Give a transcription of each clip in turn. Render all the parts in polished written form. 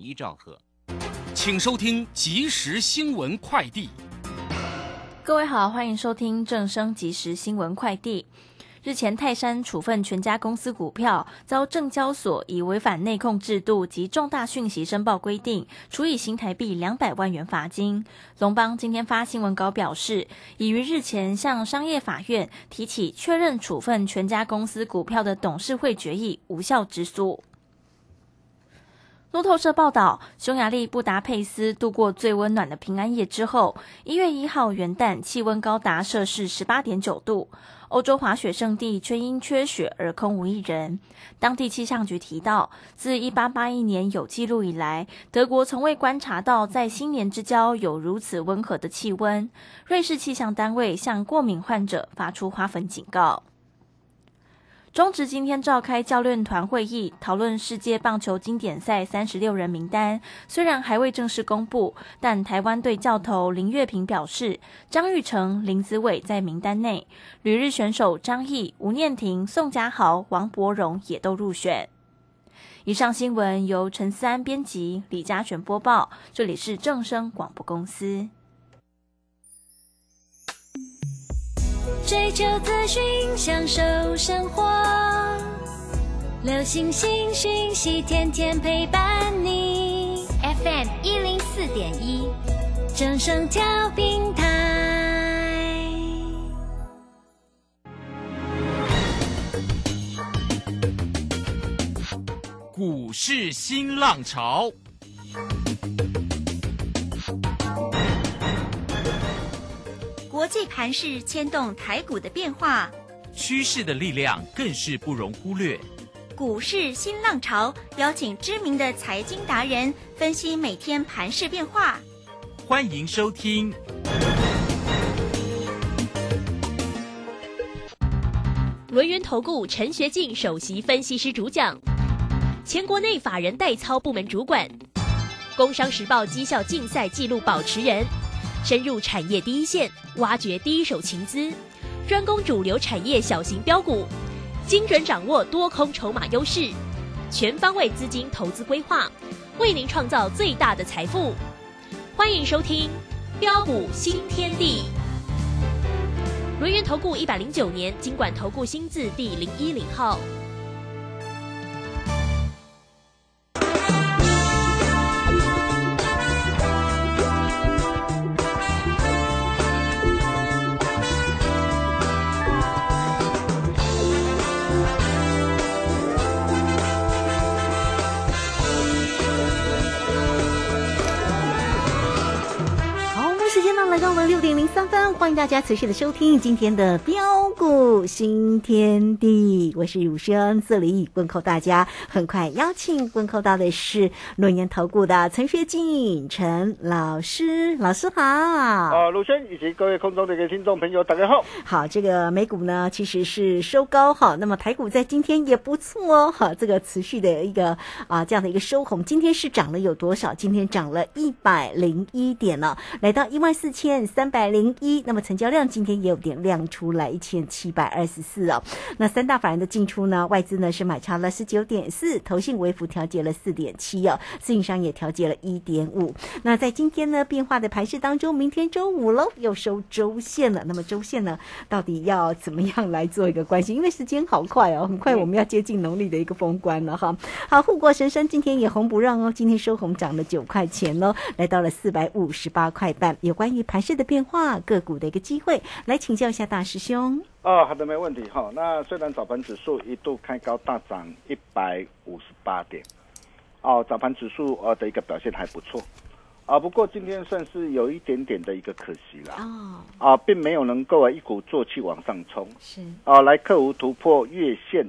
一兆赫。请收听即时新闻快递。 各位好，欢迎收听正声即时新闻快递。日前，泰山处分全家公司股票，遭证交所以违反内控制度及重大讯息申报规定，处以新台币200万元罚金。龙邦今天发新闻稿表示，已于日前向商业法院提起确认处分全家公司股票的董事会决议无效之诉。路透社报道，匈牙利布达佩斯度过最温暖的平安夜之后，1月1号元旦气温高达摄氏 18.9 度，欧洲滑雪胜地却因缺雪而空无一人。当地气象局提到，自1881年有记录以来，德国从未观察到在新年之交有如此温和的气温。瑞士气象单位向过敏患者发出花粉警告。中职今天召开教练团会议，讨论世界棒球经典赛36人名单。虽然还未正式公布，但台湾队教头林岳平表示，张育成、林子伟在名单内，旅日选手张毅、吴念庭、宋家豪、王柏荣也都入选。以上新闻由陈思安编辑，李嘉璇播报，这里是正声广播公司。 追求资讯，享受生活，流行新讯息，天天陪伴你。FM 104.1，正声调频台。 股市新浪潮。 国际盘势牵动台股的变化， 趋势的力量更是不容忽略。 股市新浪潮邀请知名的财经达人分析每天盘势变化。 欢迎收听轮源投顾陈学进首席分析师主讲，前国内法人代操部门主管，工商时报绩效竞赛纪录保持人，深入产业第一线，挖掘第一手情资，专攻主流产业小型标股，精准掌握多空筹码优势，全方位资金投资规划，为您创造最大的财富。欢迎收听标股新天地。轮源投顾109年金管投顾新字第010号。 来到了6点03分，欢迎大家持续的收听今天的标股新天地，我是汝轩，这里问候大家。很快邀请问候到的是轮源投顾的陈学进陈老师，老师好。 汝轩以及各位空中的一个听众朋友，大家好。 好，这个美股呢其实是收高哈，那么台股在今天也不错哦，哈，这个持续的一个这样的一个收红，今天是涨了有多少？今天涨了101点了，来到14301，那么成交量今天也有点亮出来1724哦。那三大法人的进出呢，外资呢是买超了19.4，投信微幅调节了4.7哦，自营商也调节了1.5。那在今天呢变化的盘势当中，明天周五喽，又收周线了。那么周线呢，到底要怎么样来做一个关系？因为时间好快哦，很快我们要接近农历的一个封关了哈。好，护国神山今天也红不让哦，今天收红涨了9块钱喽，来到了458块半。有关于盘势的变化，个股的一个机会，来请教一下大师兄。 好的，没问题哈。那虽然早盘指数一度开高大涨158点，早盘指数的一个表现还不错，不过今天算是有一点点的一个可惜啦，并没有能够一鼓作气往上冲， 是来克服突破月线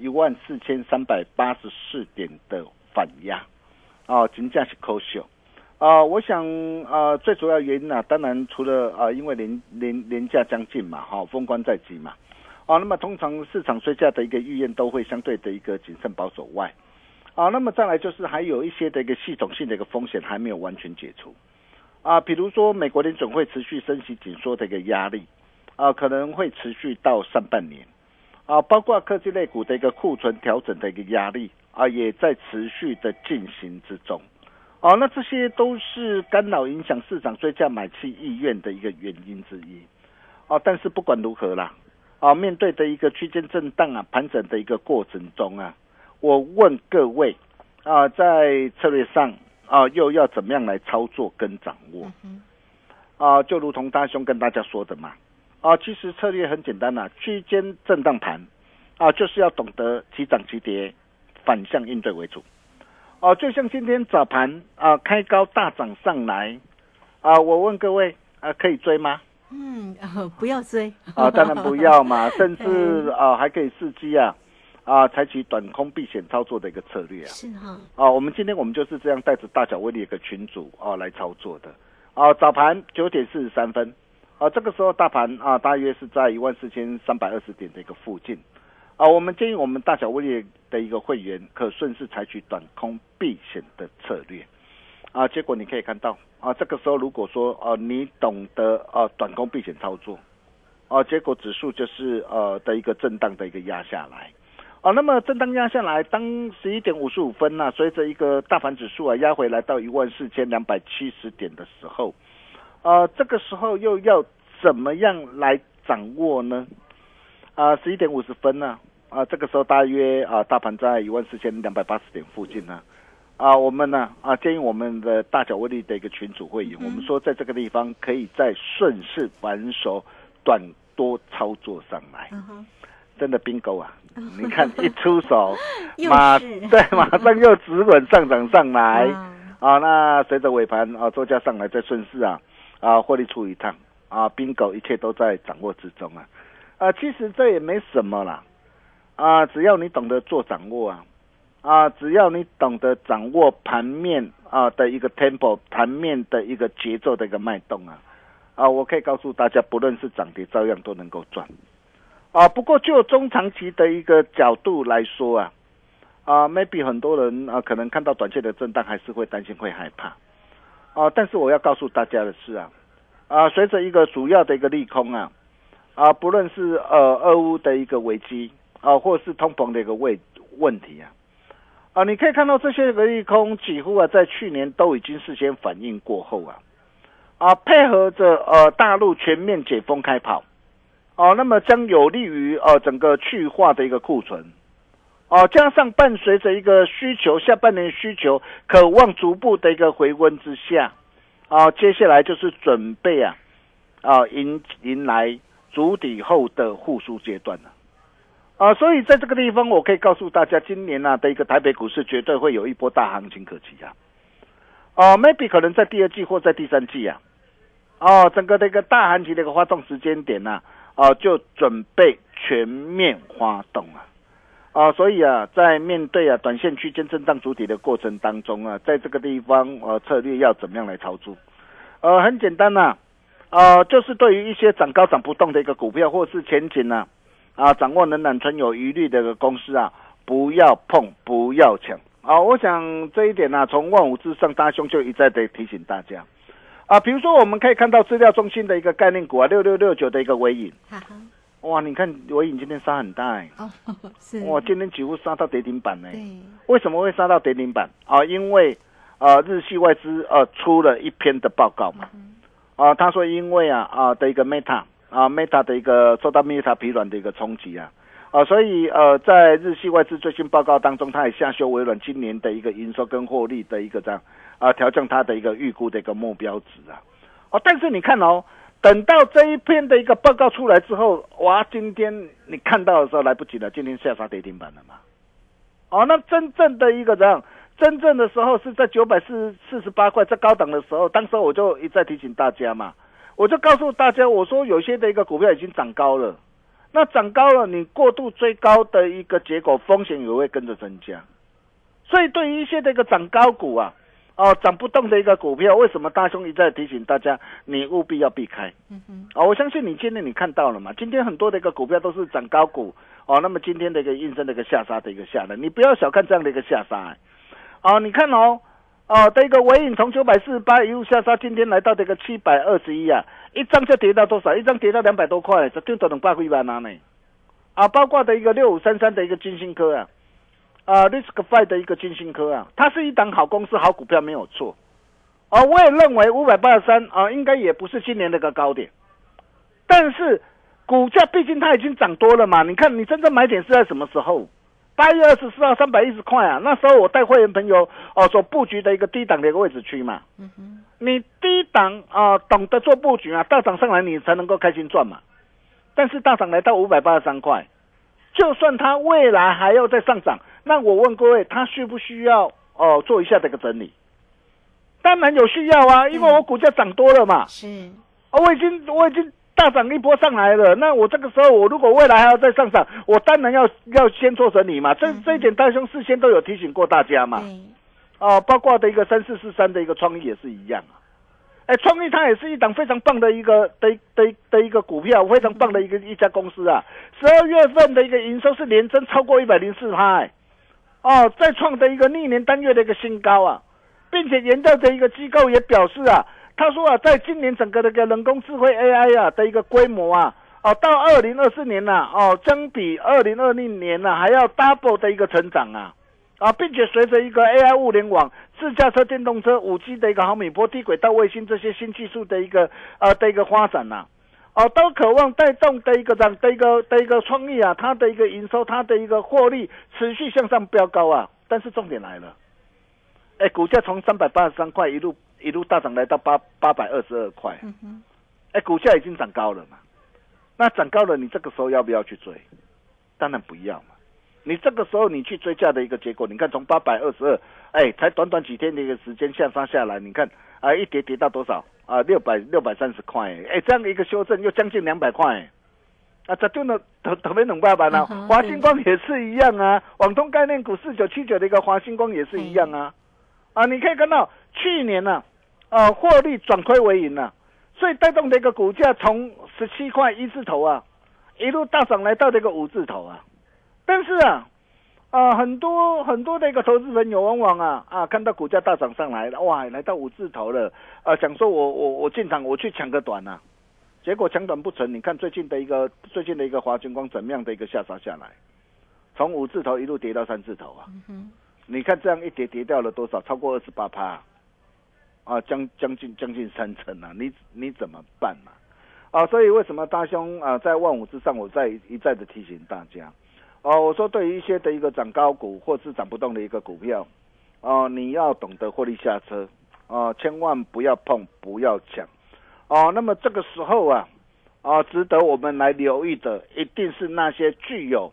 14384点的反压，真的是可惜。我想最主要原因当然除了因为年假将近嘛，封关在即嘛，那么通常市场追价的一个意愿都会相对的一个谨慎保守外，那么再来就是还有一些的一个系统性的一个风险还没有完全解除，比如说美国联准会持续升息紧缩的一个压力，可能会持续到上半年，包括科技类股的一个库存调整的一个压力，也在持续的进行之中。 那这些都是干扰影响市场追价买气意愿的一个原因之一。但是不管如何啦，面对的一个区间震荡啊，盘整的一个过程中啊，我问各位在策略上又要怎么样来操作跟掌握？就如同大兄跟大家说的嘛，其实策略很简单啦，区间震荡盘就是要懂得急涨急跌，反向应对为主。就像今天早盘开高大涨上来我问各位可以追吗？ 不要追当然不要嘛，甚至还可以伺机采取短空避险操作的一个策略是我们今天我们就是这样带着大小威力一个群组来操作的早盘9点43分这个时候大盘大约是在14320点的一个附近我们建议我们大小威力的一个会员可顺势采取短空避险的策略结果你可以看到这个时候如果说你懂得短空避险操作结果指数就是的一个震荡的一个压下来那么震荡压下来，当11点55分随着一个大盘指数压回来到14270点的时候这个时候又要怎么样来掌握呢？11点50分这个时候大约大盘在14280点附近我们建议我们的大小威力的一个群组会员，我们说在这个地方可以再顺势反手短多操作上来真的 bingo 你看一出手马上又止稳上涨上来那随着尾盘做价上来再顺势获利出一趟bingo 一切都在掌握之中其实这也没什么啦只要你懂得做掌握只要你懂得掌握盘面的一个 tempo 盘面的一个节奏的一个脉动我可以告诉大家不论是涨跌照样都能够赚不过就中长期的一个角度来说maybe 很多人可能看到短线的震荡还是会担心会害怕但是我要告诉大家的是随着一个主要的一个利空不论是俄乌的一个危机或是通膨的一个问题你可以看到这些个利空几乎在去年都已经事先反应过后配合着大陆全面解封开跑那么将有利于整个去化的一个库存加上伴随着一个需求下半年需求渴望逐步的一个回温之下接下来就是准备迎来筑底后的复苏阶段了所以在这个地方我可以告诉大家今年的一个台北股市绝对会有一波大行情可期maybe 可能在第二季或在第三季整个的一个大行情的一个发动时间点就准备全面发动所以在面对短线区间震荡主体的过程当中在这个地方策略要怎么样来操作很简单就是对于一些涨高涨不动的一个股票或是前景掌握仍然存有疑虑的一个公司不要碰不要抢我想这一点从万五之上大兄就一再的提醒大家比如说我们可以看到资料中心的一个概念股6669的一个微影哇你看微影今天杀很大是哇今天几乎杀到跌停板对为什么会杀到跌停板因为日系外资出了一篇的报告嘛他说因为的一个 Meta 的一个受到 Meta 疲软的一个冲击所以在日系外资最新报告当中他也下修微软今年的一个营收跟获利的一个这样调降它的一个预估的一个目标值但是你看等到这一篇的一个报告出来之后哇今天你看到的时候来不及了今天下杀跌停板了嘛那真正的一个这样真正的时候是在948块在高档的时候当时我就一再提醒大家嘛我就告诉大家我说有些的一个股票已经涨高了那涨高了你过度追高的一个结果风险也会跟着增加所以对于一些的一个涨高股涨不动的一个股票为什么大兄一再提醒大家你务必要避开我相信你今天你看到了嘛今天很多的一个股票都是涨高股那么今天的一个应声的一个下杀的一个下来你不要小看这样的一个下杀你看的一个微影从948一路下杀今天来到这个721一张就跌到多少一张跌到200多块这就200几万呢包括的一个6533的一个金星科 RiskFi 的一个金星科啊，它是一档好公司、好股票没有错。我也认为583应该也不是今年那个高点，但是股价毕竟它已经涨多了嘛。你看你真正买点是在什么时候？8月24号310块啊，那时候我带会员朋友所布局的一个低档的一个位置区嘛。你低档懂得做布局啊，大涨上来你才能够开心赚嘛。但是大涨来到583块，就算它未来还要再上涨，那我问各位，它需不需要做一下这个整理？当然有需要啊，因为我股价涨多了嘛。 是， 我已经大涨一波上来了。那我这个时候，我如果未来还要再上涨，我当然要先做整理嘛。这一点大兄事先都有提醒过大家嘛。包括的一个3443的一个创意也是一样啊。创意它也是一档非常棒的一个一个股票，非常棒的一家公司啊。12月份的一个营收是连增超过104%，再创的一个历年单月的一个新高啊。并且研调的一个机构也表示啊，他说啊，在今年整个的一个人工智慧 AI 啊的一个规模啊，到2024年呐，将比2020年呐还要 double 的一个成长啊，并且随着一个 AI 物联网、自驾车、电动车、5G 的一个毫米波、低轨道卫星这些新技术的一个发展呐，都渴望带动的一个这样的一个创意啊，它的一个营收、它的一个获利持续向上飙高啊，但是重点来了。股价从383块一路大涨来到822块，股价已经涨高了嘛？那涨高了，你这个时候要不要去追？当然不要嘛。你这个时候你去追价的一个结果，你看从822，才短短几天的一个时间下杀下来，你看一跌到多少630块，这样的一个修正又将近200块，这就能特别能办法呢。华星光也是一样啊，网通概念股4979的一个华星光也是一样啊。你可以看到去年呢，获利转亏为盈了，所以带动的一个股价从17块1字头啊，一路大涨来到这个5字头啊。但是很多的一个投资朋友往往看到股价大涨上来了，哇，来到5字头了，想说我进场我去抢个短啊，结果抢短不成。你看最近的一个华军光怎么样的一个下杀下来，从5字头一路跌到3字头啊。你看这样一跌掉了多少？超过28%将近3成啊！你怎么办嘛？所以为什么大兄在万五之上，我一再的提醒大家，我说对于一些的一个涨高股或是涨不动的一个股票，你要懂得获利下车，千万不要碰，不要抢，那么这个时候值得我们来留意的，一定是那些具有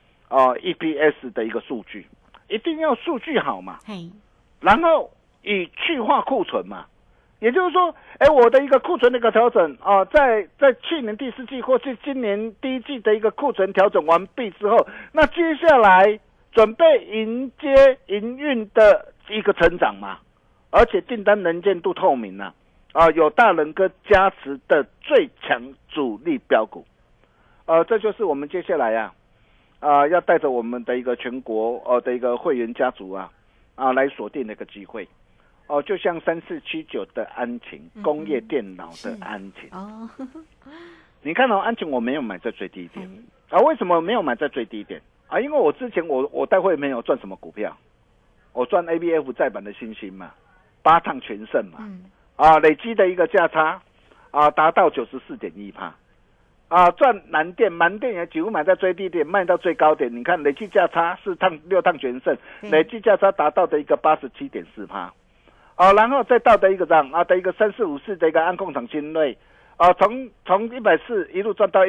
EPS 的一个数据。一定要数据好嘛，然后以去化库存嘛，也就是说，我的一个库存的一个调整在去年第4季或是今年第1季的一个库存调整完毕之后，那接下来准备迎接营运的一个成长嘛，而且订单能见度透明有大人哥加持的最强主力标股，这就是我们接下来要带着我们的一个全国的一个会员家族来锁定的一个机会就像3479的安勤，工业电脑的安勤你看安勤我没有买在最低点为什么没有买在最低点因为我之前我带会没有赚什么股票，我赚 ABF 载板的新兴嘛，8趟全胜嘛累积的一个价差达到 94.1%。赚南电，南电也几乎买在最低点，卖到最高点。你看累计价差6趟全胜，累计价差达到的一个 87.4%。然后再到的一个这样的一个3454的一个安控厂新锐，从140一路赚到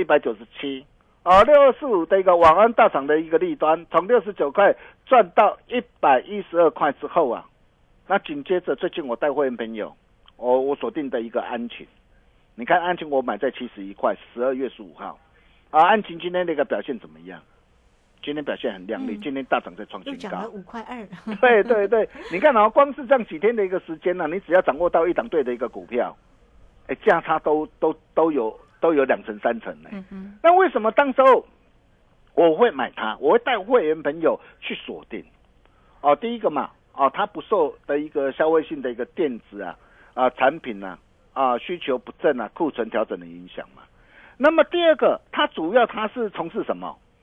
197。6245的一个网安大厂的一个利端，从69块赚到112块之后那紧接着最近我带会员朋友，我锁定的一个安勤。你看安勤我买在71块，12月15号安勤今天那个表现怎么样？今天表现很亮丽，今天大涨在创新高， 又涨了5.2 块。对，你看光是这样几天的一个时间你只要掌握到一档对的一个股票，价差都有2成3成那为什么当时候我会买它？我会带会员朋友去锁定第一个嘛它不受的一个消费性的一个电子产品需求不振库存调整的影响嘛。那么第二个，它主要是从事什么？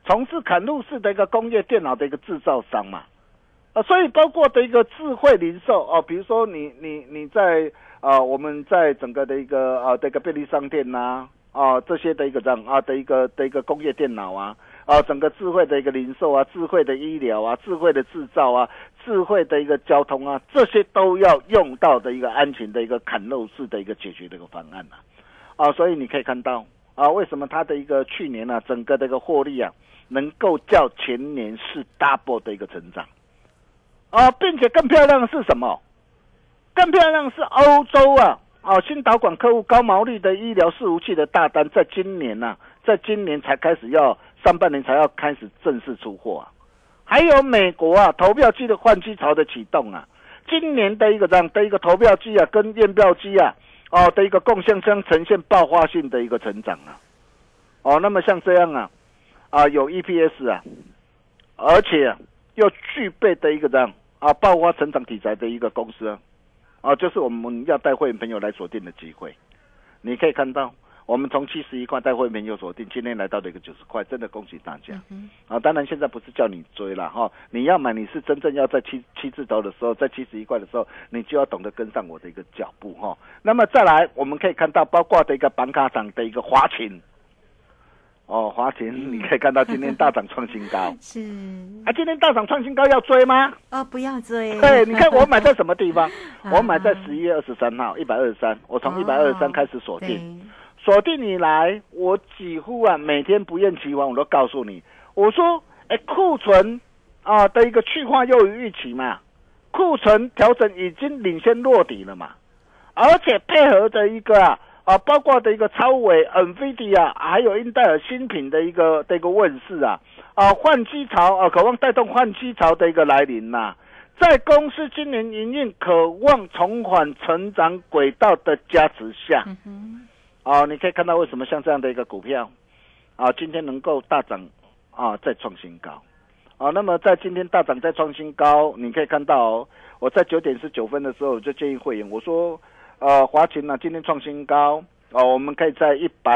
从事嵌入式的一个工业电脑的一个制造商嘛，所以包括的一个智慧零售哦，比如说你在我们在整个的一个这个便利商店呐这些的一个这样的一个工业电脑啊整个智慧的一个零售啊，智慧的医疗啊，智慧的制造啊，智慧的一个交通啊，这些都要用到的一个安全的一个嵌入式的一个解决的一个方案所以你可以看到为什么它的一个去年整个的一个获利能够较前年是 double 的一个成长并且更漂亮的是什么？更漂亮的是欧洲新导管客户高毛利的医疗伺服器的大单，在今年才开始上半年才要开始正式出货还有美国投票机的换机潮的启动今年的一个这样的一个投票机跟验票机的一个贡献将呈现爆发性的一个成长那么像这样有 EPS 而且又具备的一个这样爆发成长题材的一个公司就是我们要带会员朋友来锁定的机会。你可以看到我们从71块带会员朋友锁定，今天来到了一个90块，真的恭喜大家当然现在不是叫你追了你要买，你是真正要在七字头的时候，在71块的时候，你就要懂得跟上我的一个脚步那么再来我们可以看到包括的一个板卡厂的一个华勤华勤你可以看到今天大涨创新高是今天大涨创新高要追吗？ 不要追。 对，你看我买在什么地方我买在11月23号123，我从123开始锁定以来，我几乎每天不厌其烦我都告诉你，我说库存的一个去化优于预期嘛，库存调整已经领先落底了嘛，而且配合的一个包括的一个超微 NVIDIA 还有英戴尔新品的一个问世换机潮渴望带动换机潮的一个来临在公司今年营运渴望重返成长轨道的加持下你可以看到为什么像这样的一个股票今天能够大涨再创新高那么在今天大涨再创新高，你可以看到我在9点19分的时候我就建议会员，我说华勤今天创新高我们可以在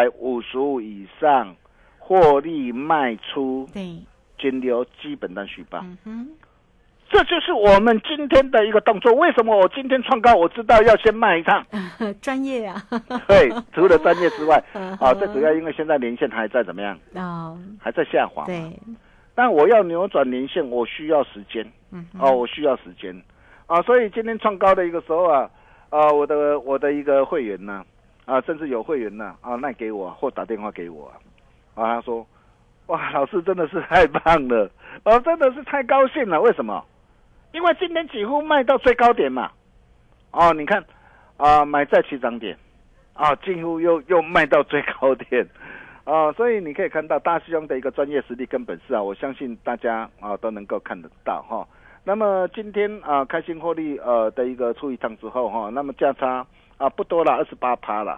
155以上获利卖出， 对， 金流基本单续报这就是我们今天的一个动作。为什么我今天创高我知道要先卖一趟专业对，除了专业之外最主要因为现在连线还在怎么样还在下滑对， 但我要扭转连线我需要时间我需要时间所以今天创高的一个时候我的一个会员甚至有会员赖给我或打电话给我他说哇老师真的是太棒了真的是太高兴了。为什么？因为今天几乎卖到最高点嘛你看买在起涨点几乎又卖到最高点所以你可以看到大师兄的一个专业实力跟本事我相信大家都能够看得到那么今天开心获利的一个出一趟之后那么价差不多了 28% 了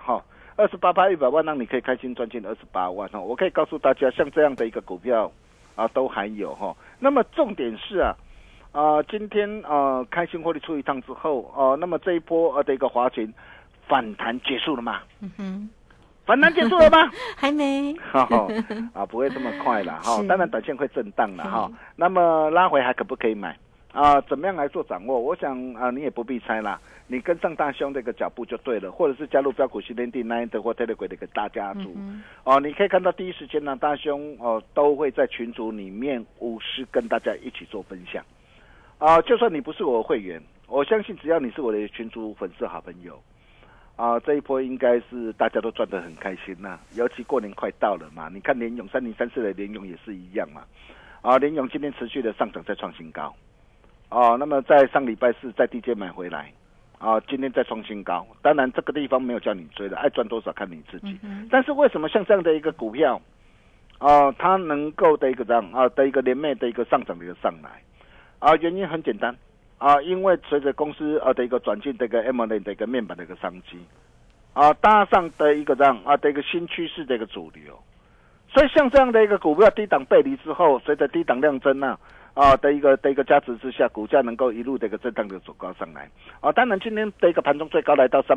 28%100万让你可以开心赚进28万我可以告诉大家像这样的一个股票都还有那么重点是今天开心获利出一趟之后那么这一波的一个华勤反弹结束了吗？反弹结束了吗？ 还没不会这么快了当然短线会震荡了那么拉回还可不可以买怎么样来做掌握？我想你也不必猜啦，你跟上大兄的一个脚步就对了，或者是加入标股训练地 9 或 Telegram 的一个大家族你可以看到第一时间大兄都会在群组里面无私跟大家一起做分享就算你不是我的会员，我相信只要你是我的群组粉丝好朋友这一波应该是大家都赚得很开心尤其过年快到了嘛，你看联咏3034的联咏也是一样嘛联咏今天持续的上涨再创新高那么在上礼拜四在低阶买回来今天再创新高，当然这个地方没有叫你追的，爱赚多少看你自己但是为什么像这样的一个股票它能够的一个这样的一个连袂的一个上涨的一个上来原因很简单因为随着公司的一个转进的一个 M&A 的一个面板的一个商机搭上的一个这样的一个新趋势的一个主流，所以像这样的一个股票低档背离之后，随着低档量增的一个加持之下，股价能够一路的一个震荡的走高上来当然今天的一个盘中最高来到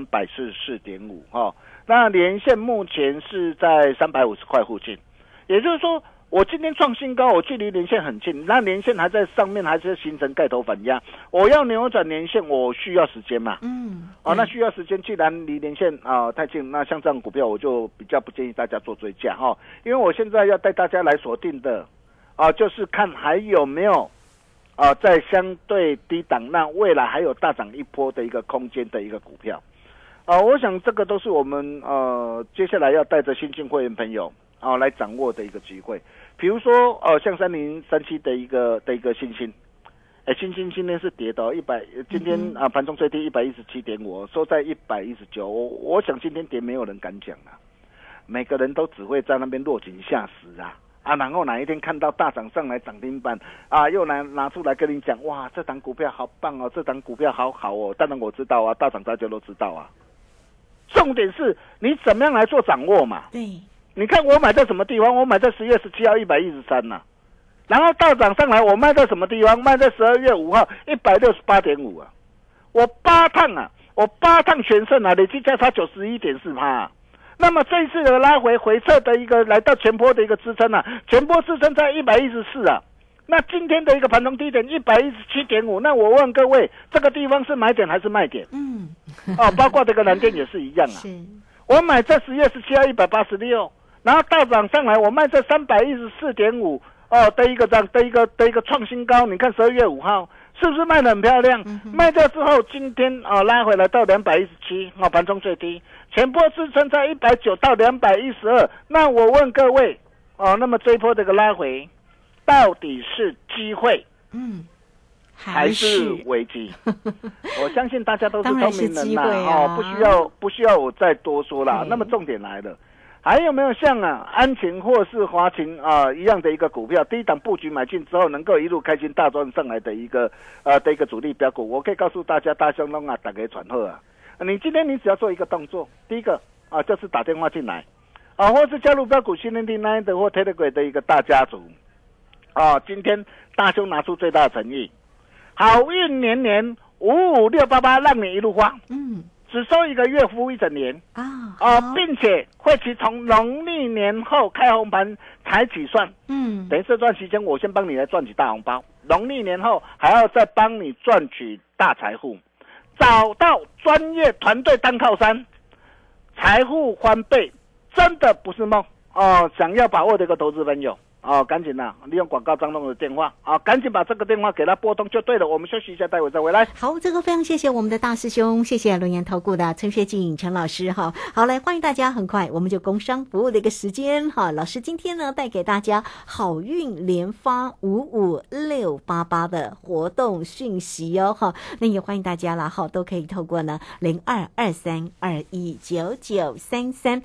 344.5那连线目前是在350块附近，也就是说我今天创新高，我距离年线很近，那年线还在上面，还是形成盖头反压。我要扭转年线，我需要时间嘛。那需要时间。既然离年线太近，那像这样股票，我就比较不建议大家做追加哈。因为我现在要带大家来锁定的就是看还有没有在相对低档，那未来还有大涨一波的一个空间的一个股票。我想这个都是我们接下来要带着新进会员朋友来掌握的一个机会。比如说像3037的一个新兴，新兴今天是跌的今天盘中最低117.5，收在119。我想今天跌没有人敢讲啊，每个人都只会在那边落井下石然后哪一天看到大涨上来涨停板又拿出来跟你讲，哇，这档股票好棒哦，这档股票好好哦。当然我知道大涨大家都知道重点是你怎么样来做掌握嘛。 对， 你看我买在什么地方？我买在10月17号113然后大涨上来，我卖在什么地方？卖在12月5号168.5我8趟全胜累计价差91.4%那么这一次的拉回撤的一个来到前波的一个支撑前波支撑在114那今天的一个盘中低点117.5，那我问各位，这个地方是买点还是卖点？包括这个蓝电也是一样是。我买在10月17号186，然后大涨上来，我卖在314.5的一个创新高。你看12月5号是不是卖得很漂亮？卖掉之后，今天拉回来到217盘中最低，前波支撑在190到212。那我问各位那么这一波这个拉回到底是机会还是危机？我相信大家都是聪明人不需要我再多说啦。那么重点来了，还有没有像安勤或是华勤一样的一个股票，低档布局买进之后能够一路开心大赚上来的一个主力标股？我可以告诉大家，大兄弟打给传贺你今天你只要做一个动作，第一个就是打电话进来或是加入标股训练营 Line 的或 Telegram 的一个大家族今天大兄拿出最大的诚意，好运年年55688，让你一路花只收1个月，服务1整年并且会期从农历年后开红盘才起算等于这段期间我先帮你来赚取大红包，农历年后还要再帮你赚取大财富，找到专业团队当靠山，财富翻倍真的不是梦想要把握的一个投资朋友赶紧利用广告张龙的电话赶紧把这个电话给他拨通就对了。我们休息一下，待会再回来。 好，这个非常谢谢我们的大师兄，谢谢轮研投顾的陈学进陈老师好，来欢迎大家，很快我们就工商服务的一个时间老师今天呢带给大家好运连发55688的活动讯息那也欢迎大家啦都可以透过呢0223219933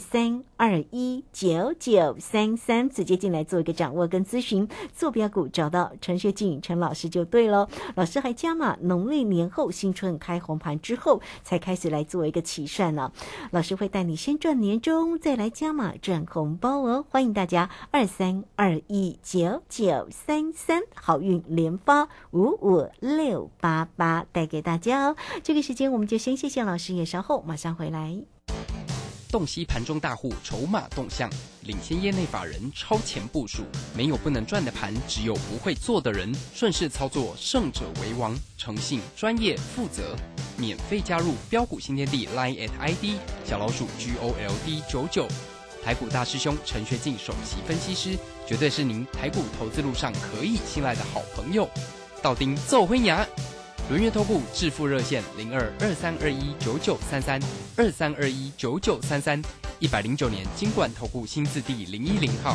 23219933直接进来做一个掌握跟咨询，坐标股找到陈学进陈老师就对了。老师还加码农历年后新春开红盘之后才开始来做一个起算了，老师会带你先赚年终再来加码赚红包欢迎大家23219933好运连发55688带给大家这个时间我们就先谢谢老师，也稍后马上回来。 洞悉盘中大户筹码动向，领先业内法人超前部署，没有不能赚的盘，只有不会做的人。顺势操作，胜者为王。诚信、专业、负责，免费加入标股新天地 Line ID 小老鼠 GOLD99。台股大师兄陈学进首席分析师，绝对是您台股投资路上可以信赖的好朋友。道丁奏辉牙。轮源投顾致富热线0223219933 23219933 109年金管投顾新字第010号。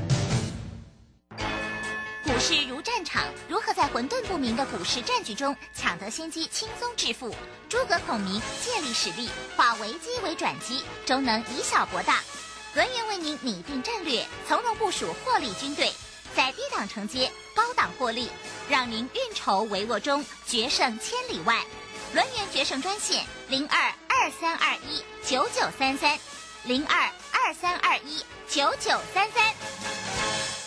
股市如战场，如何在混沌不明的股市战局中抢得先机，轻松致富？诸葛孔明借力使力，化危机为转机，终能以小博大。轮源为您拟定战略，从容部署获利军队，在低档承接，高档获利，让您运筹帷幄中决胜千里外。轮源决胜专线0223219933 0223219933。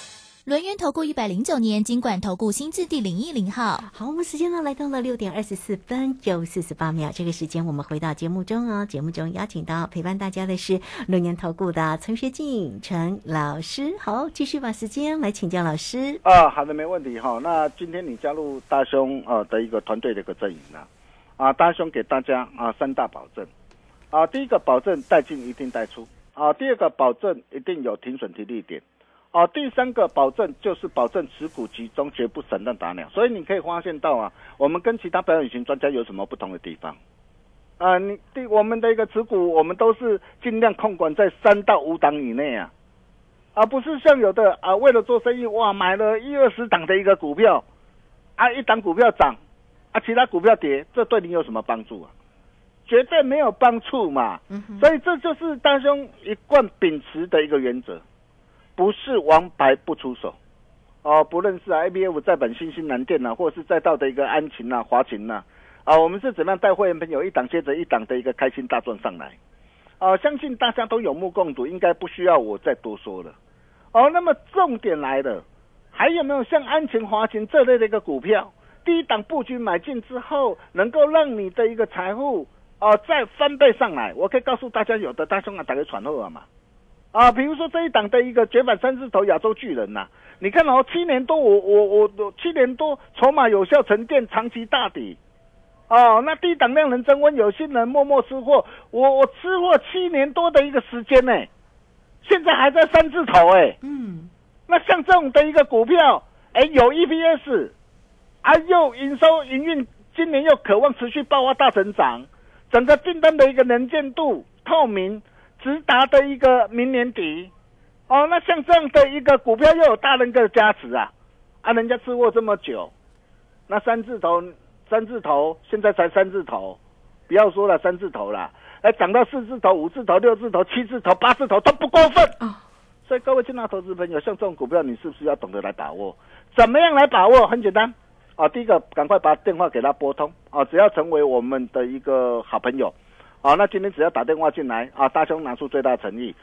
轮源投顾109年金管投顾新字第010号。 好，我们时间呢来到了6点24分又48秒，这个时间我们回到节目中哦。节目中邀请到陪伴大家的是轮源投顾的陈学进陈老师。好，继续把时间来请教老师。 好的，没问题哈。那今天你加入大兄的一个团队的一个阵营大兄给大家3大保证第一个保证带进一定带出第二个保证一定有停损停利点第三个保证就是保证持股集中，绝不散弹打鸟。所以你可以发现到我们跟其他表演型专家有什么不同的地方我们的一个持股，我们都是尽量控管在3到5档以内不是像有的为了做生意买了1-20档的一个股票一档股票涨其他股票跌，这对你有什么帮助绝对没有帮助嘛。所以这就是大兄一贯秉持的一个原则。不是王牌不出手不论是ABF 在本新兴南电或者是再到的一个安勤华勤我们是怎么样带会员朋友一档接着一档的一个开心大赚上来相信大家都有目共睹，应该不需要我再多说了那么重点来了，还有没有像安勤华勤这类的一个股票，第一档布局买进之后能够让你的一个财富再翻倍上来？我可以告诉大家，有的大兄打给传后嘛比如说这一档的一个绝版3字头亚洲巨人你看7年多我7年多筹码有效沉淀，长期大底那低档量能增温，有心人默默吃货，我吃货7年多的一个时间现在还在3字头那像这种的一个股票有 EPS又营收营运今年又渴望持续爆发大成长，整个订单的一个能见度透明直达的一个明年底那像这样的一个股票又有大人的加持人家吃货这么久，那3字头现在才3字头，不要说了3字头啦，涨到4字头、5字头、6字头、7字头、8字头都不过分所以各位亲爱的投资朋友，像这种股票你是不是要懂得来把握？怎么样来把握？很简单第一个赶快把电话给他拨通只要成为我们的一个好朋友那今天只要打电话进来大兄拿出最大诚意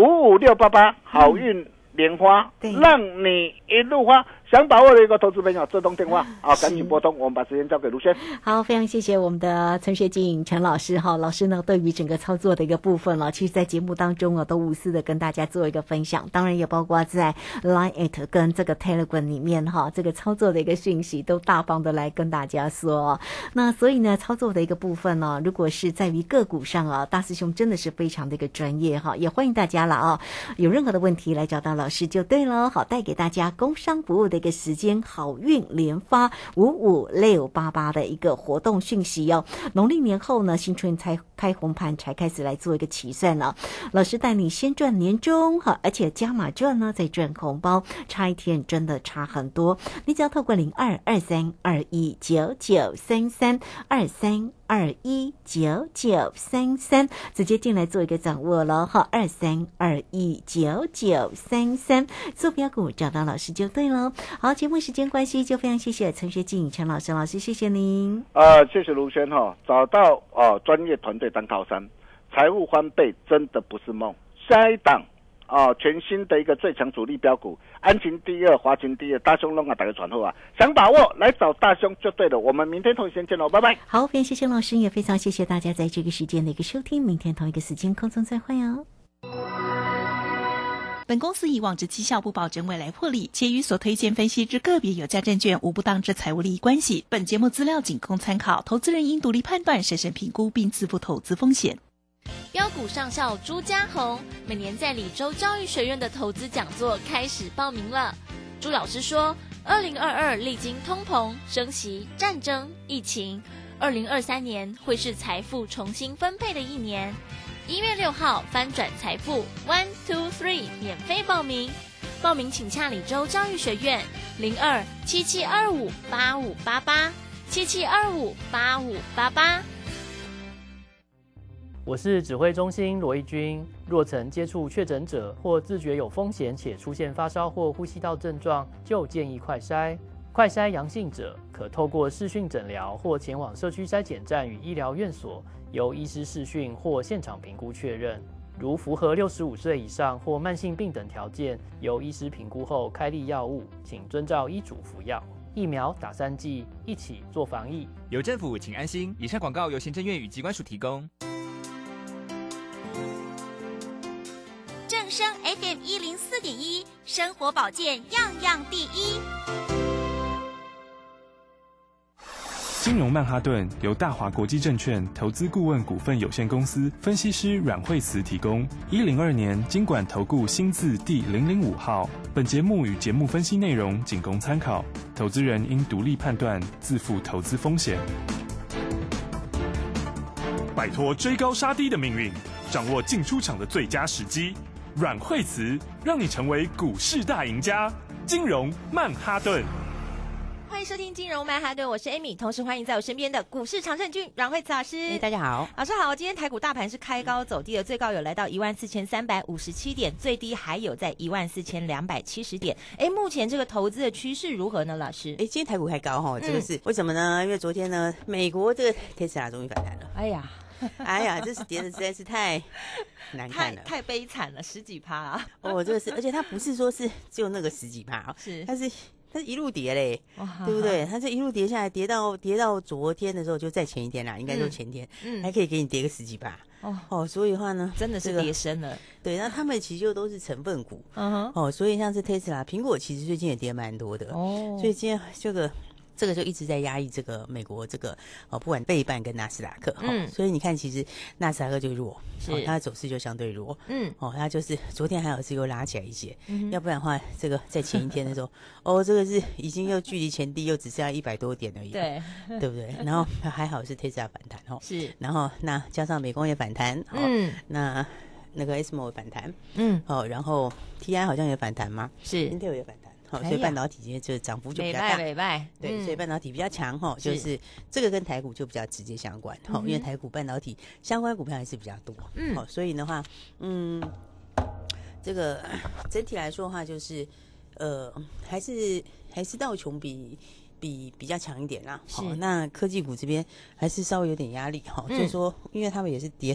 ，55688好运莲花让你一路花。想把握的一个投资朋友，这通电话赶紧拨通，我们把时间交给卢轩。 好，非常谢谢我们的陈学进陈老师老师呢对于整个操作的一个部分其实在节目当中都无私的跟大家做一个分享，当然也包括在 Line@ 跟这个 Telegram 里面这个操作的一个讯息都大方的来跟大家说那所以呢操作的一个部分如果是在于个股上大师兄真的是非常的一个专业也欢迎大家了有任何的问题来找到老师就对了。好，带给大家工商服务的一个时间，好运连发55688的一个活动讯息农历年后呢，新春才开红盘才开始来做一个起算老师带你先赚年终而且加码赚呢再赚红包，差一天真的差很多。你只要透过0223219933 23219933直接进来做一个掌握了23219933坐标股找到老师就对了。好，节目时间关系就非常谢谢陈学进陈老师，谢谢您。 谢谢卢轩找到专业团队当靠山，财富翻倍真的不是梦。下一档全新的一个最强主力标股，安勤第二，华勤第二，大兄弄打个传后想把握来找大兄就对了。我们明天同一时间见喽，拜拜。 好，非常谢谢老师，也非常谢谢大家在这个时间的一个收听，明天同一个时间空中再会本公司以往之绩效不保证未来获利，且与所推荐分析之个别有价证券无不当之财务利益关系。本节目资料仅供参考，投资人应独立判断、审慎评估并自负投资风险。 标股上校朱家红每年在李州教育学院的投资讲座开始报名了。朱老师说，2022历经通膨、升息、战争、疫情，2023年会是财富重新分配的一年。1月6号翻转财富 1, 2, 3免费报名，报名请洽李州教育学院02-7725-8588 7725-8588。 我是指挥中心罗义军。若曾接触确诊者或自觉有风险且出现发烧或呼吸道症状，就建议快筛。快筛阳性者可透过视讯诊疗或前往社区筛检站与医疗院所，由医师视讯或现场评估确认。 如符合65岁以上或慢性病等条件，由医师评估后开立药物，请遵照医嘱服药。疫苗打3剂，一起做防疫。 有政府，请安心。以上广告由行政院与疾管署提供。 正声 FM 104.1，生活保健样样第一。 金融曼哈顿由大华国际证券投资顾问股份有限公司分析师阮惠慈提供。102年金管投顾新字第005号。本节目与节目分析内容仅供参考，投资人应独立判断，自负投资风险。摆脱追高杀低的命运，掌握进出场的最佳时机。阮惠慈让你成为股市大赢家。金融曼哈顿。 欢迎收听金融曼哈顿，我是 Amy， 同时欢迎在我身边的股市常胜军阮惠慈老师。 大家好， 老师好。今天台股大盘是开高走低的，最高有来到14357点，最低还有在14270点。目前这个投资的趋势如何呢？老师， 今天台股开高哈，这个是为什么呢？因为昨天呢，美国这个 Tesla 终于反弹了。哎呀，这是跌的实在是太难看了， 太悲惨了，10几%啊！ 这个是，而且它不是说是只有那个10几%哦，它是一路跌嘞，对不对？它这一路跌下来，跌到昨天的时候，就在前一天啦，应该说前天，还可以给你跌个10几%。所以的话呢， 真的是跌深了。 对，那他们其实就都是成分股，所以像是 Tesla、苹果，其实最近也跌蛮多的。所以今天这个就一直在压抑这个美国这个不管费半跟纳斯达克，所以你看其实纳斯达克就弱，它的走势就相对弱，它就是昨天还好是又拉起来一些，要不然的话这个在前一天的时候这个是已经又距离前低又只剩下100多点而已，对不对？然后还好是 Tesla 反弹是， 然后那加上美光也反弹，那个 ASML 反弹，然后 TI 好像也反弹吗？ 是 Intel 也反弹。所以半导体今天这涨幅就比较大，对，所以半导体比较强就是这个跟台股就比较直接相关因为台股半导体相关股票还是比较多，所以的话，这个整体来说的话，就是还是道琼比较强一点啦，那科技股这边还是稍微有点压力就是说，因为他们也是跌